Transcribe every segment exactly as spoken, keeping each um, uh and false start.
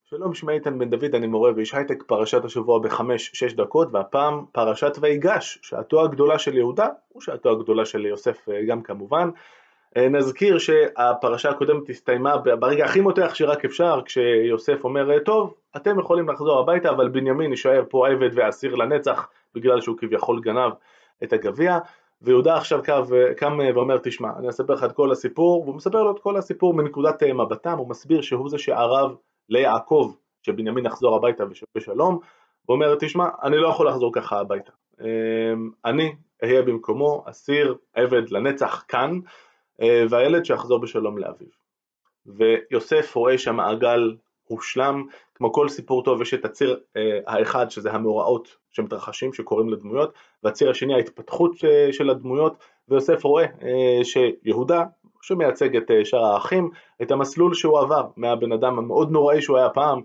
שלום, שמי איתן בן דוד, אני מורה ואיש הייטק. פרשת השבוע בחמש שש דקות, והפעם פרשת ויגש, שעתו הגדולה של יהודה ושעתו הגדולה של יוסף גם כמובן. נזכיר שהפרשה הקודמת הסתיימה ברגע הכי מותח שרק אפשר, כשיוסף אומר טוב, אתם יכולים לחזור הביתה, אבל בנימין יישאר פה עבד ואסיר לנצח, בגלל שהוא כביכול גנב את הגביע. ויהודה עכשיו קם ואומר, תשמע, אני אספר לך את כל הסיפור, והוא מספר לו את כל הסיפור מנקודת מבטם. הוא מסביר שהוא זה שערב ליעקב שבנימין יחזור הביתה בשלום, ואומר, תשמע, אני לא יכול לחזור ככה הביתה, אני אהיה במקומו אסיר עבד לנצח כאן, והילד שיחזור בשלום לאביו. ויוסף רואה שהמעגל הושלם. כמו כל סיפור טוב יש את הציר האחד שזה המאורעות שמתרחשים שקוראים לדמויות, והציר השני ההתפתחות של הדמויות. ויוסף רואה שיהודה שמייצג את שאר האחים, את המסלול שהוא עבר מהבן אדם המאוד נוראי שהוא היה פעם,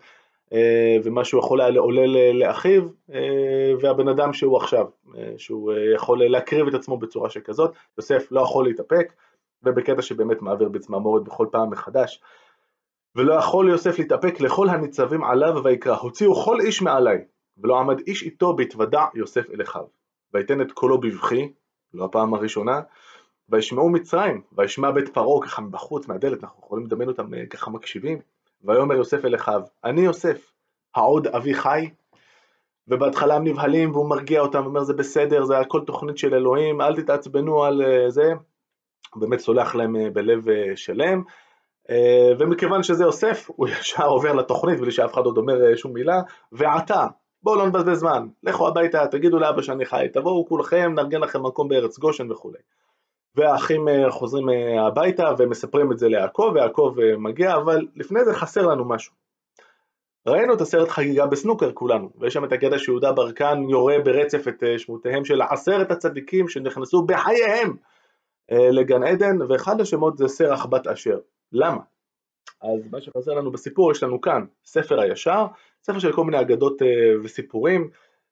ומה שהוא יכול היה לעולל לאחיו, והבן אדם שהוא עכשיו, שהוא יכול להקריב את עצמו בצורה שכזאת. יוסף לא יכול להתאפק, ובקטע שבאמת מעביר בצמרמורת בכל פעם מחדש. ולא יכול יוסף להתאפק לכל הניצבים עליו ויקרא, הוציאו כל איש מעלי, ולא עמד איש איתו בהתוודע יוסף אל אחיו. ויתן את קולו בבכי, לא הפעם הראשונה, וישמעו מצרים, וישמע בית פרעה ככה מבחוץ, מהדלת, אנחנו יכולים לדמיין אותם ככה מקשיבים. ויאמר יוסף אל אחיו, אני יוסף, העוד אבי חי? ובהתחלה הם נבהלים, והוא מרגיע אותם, ואומר זה בסדר, זה הכל תוכנית של אלוהים, אל תתעצבנו על זה. באמת סולח להם בלב שלם, ומכיוון שזה יוסף, הוא ישר עובר לתוכנית, בלי שאף אחד עוד אומר שום מילה. ועתה, בואו לא נבזבז זמן, לכו הביתה, תגידו לאבא שאני חי, תבואו כולכם, נארגן לכם מקום בארץ גושן וכו'. והאחים חוזרים הביתה ומספרים את זה ליעקב, ויעקב מגיע, אבל לפני זה חסר לנו משהו. ראינו את הסרט חגיגה בסנוקר כולנו, ויש שם את הקטע שיהודה ברקן יורה ברצף את שמותיהם של עשרת הצדיקים שנכנסו בחייהם לגן עדן, ואחד השמות זה סרח בת אשר. למה? אז מה שחסר לנו בסיפור, יש לנו כאן ספר הישר, ספר של כל מיני אגדות וסיפורים,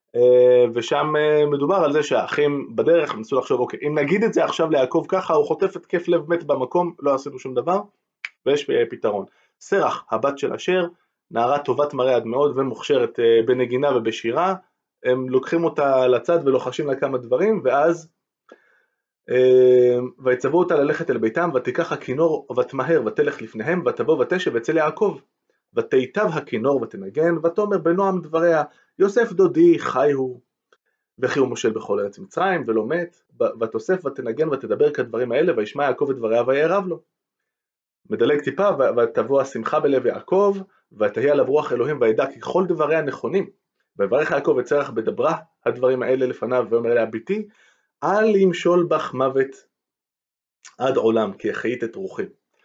ושם מדובר על זה שהאחים בדרך ניסו לחשוב, אוקיי, אם נגיד את זה עכשיו ליעקב ככה, הוא חוטף את כיף לב מת במקום, לא עשינו שום דבר, ויש פתרון. סרח, הבת של אשר, נערה טובת מראה עד מאוד ומוכשרת בנגינה ובשירה, הם לוקחים אותה לצד ולוחשים לה כמה דברים, ואז ויצוו אותה ללכת אל ביתם, ותיקח הכינור ותמהר ותלך לפניהם, ותבוא ותשב אצל יעקב, ותיטב הכינור ותנגן, ותאמר בנועם דבריה, יוסף דודי חי הוא, וכי הוא מושל בכל ארץ מצרים ולא מת. ותוסף ותנגן ותדבר כדברים האלה, וישמע יעקב את דבריה ויערב לו. מדלג טיפה, ותבוא השמחה בלב יעקב, ותהיה עליו רוח אלוהים, וידע כי כל דבריה נכונים. ויברך יעקב את שרח בדברה הדברים האלה לפניו, ואומר אליה, ביתי, אל ימשול בך מוות עד עולם, כי החיית את רוחי.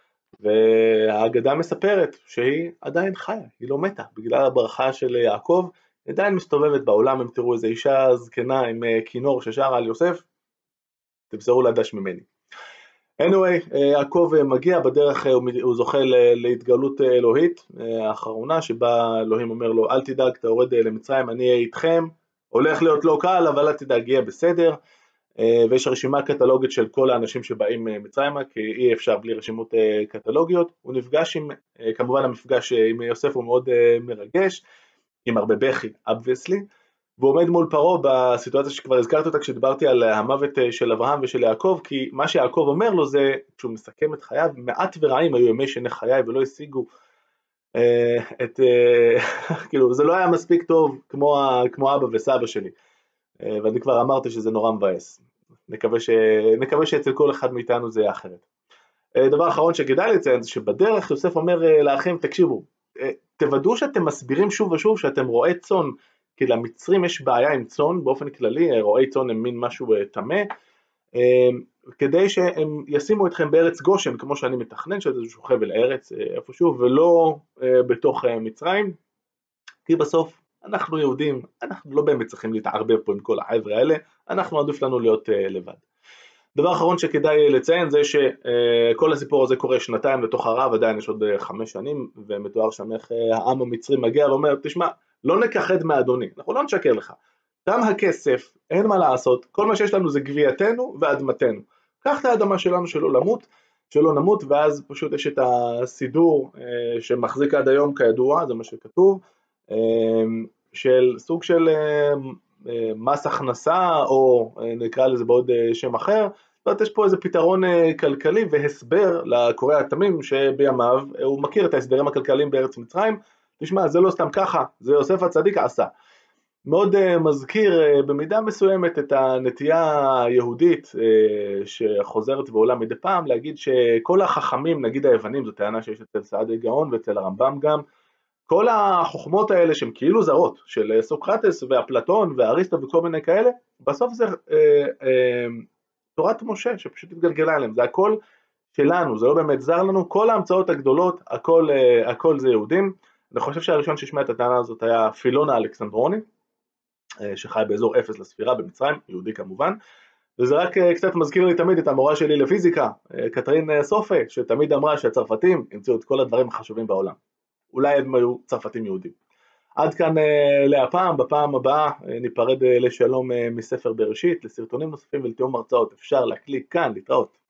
והאגדה מספרת שהיא עדיין חיה, היא לא מתה, בגלל הברכה של יעקב, עדיין מסתובבת בעולם. אם תראו איזו אישה זקנה עם כינור ששרה על יוסף, תבשרו לדש ממני. anyway, יעקב מגיע בדרך, הוא זוכה להתגלות אלוהית האחרונה, שבה אלוהים אומר לו, אל תדאג, אתה יורד למצרים, אני אהיה איתכם, הולך להיות לא קל, אבל אל תדאג, יהיה בסדר. ויש רשימה קטלוגית של כל האנשים שבאים מצרימה, כי אי אפשר בלי רשימות קטלוגיות. הוא נפגש עם, כמובן המפגש עם יוסף הוא מאוד מרגש, עם הרבה בכי, obviously, והוא עומד מול פרעה בסיטואציה שכבר הזכרתי אותה כשדיברתי על המוות של אברהם ושל יעקב, כי מה שיעקב אומר לו זה, כשהוא מסכם את חייו, מעט ורעים היו ימי שני חיי ולא השיגו את, כאילו זה לא היה מספיק טוב כמו, כמו אבא וסבא שלי. ואני כבר אמרתי שזה נורא מבאס, נקווה, ש... נקווה שאצל כל אחד מאיתנו זה יהיה אחרת. דבר אחרון שכדאי לציין זה שבדרך יוסף אומר לאחים, תקשיבו, תוודאו שאתם מסבירים שוב ושוב שאתם רועי צאן, כי למצרים יש בעיה עם צאן באופן כללי, רועי צאן הם מין משהו טמא, כדי שהם ישימו אתכם בארץ גושן, כמו שאני מתכנן, שזה איזשהו חבל ארץ איפשהו, ולא בתוך מצרים, כי בסוף אנחנו יהודים, אנחנו לא באמת צריכים להתערבב פה עם כל החבר'ה האלה, אנחנו עדיף לנו להיות uh, לבד. דבר אחרון שכדאי לציין זה שכל uh, הסיפור הזה קורה שנתיים לתוך הרב, עדיין יש עוד uh, חמש שנים, ומתואר שם איך uh, העם המצרי מגיע ואומר, תשמע, לא נכחד מאדוני, אנחנו לא נשקר לך, תם הכסף, אין מה לעשות, כל מה שיש לנו זה גבייתנו ואדמתנו, קח את האדמה שלנו שלא למות, שלא נמות, ואז פשוט יש את הסידור שמחזיק עד היום כידוע, זה מה שכתוב, של סוג של מס הכנסה, או נקרא לזה בעוד שם אחר. זאת אומרת, יש פה איזה פתרון כלכלי והסבר לקורא התמים שבימיו, הוא מכיר את ההסברים הכלכליים בארץ מצרים. תשמע, זה לא סתם ככה, זה יוסף הצדיק עשה. מאוד מזכיר במידה מסוימת את הנטייה היהודית שחוזרת ועולה מדי פעם, להגיד שכל החכמים, נגיד היוונים, זו טענה שיש אצל סעדיה גאון ואצל הרמב"ם גם, כל החוכמות האלה שהן כאילו זרות, של סוקרטס ואפלטון ואריסטו וכל מיני כאלה, בסוף זה אה, אה, תורת משה שפשוט התגלגלה אליהם, זה הכל שלנו, זה לא באמת זר לנו, כל ההמצאות הגדולות, הכל, אה, הכל זה יהודים. אני חושב שהראשון שהשמע את הטענה הזאת היה פילון האלכסנדרוני, שחי באזור אפס לספירה במצרים, יהודי כמובן, וזה רק קצת מזכיר לי תמיד את המורה שלי לפיזיקה, קטרין סופה, שתמיד אמרה שהצרפתים המציאו את כל הדברים החשובים בעולם. אולי הם היו צרפתים יהודים. עד כאן להפעם, בפעם הבאה ניפרד לשלום מספר בראשית, לסרטונים נוספים ולתיאום הרצאות אפשר להקליק כאן, להתראות.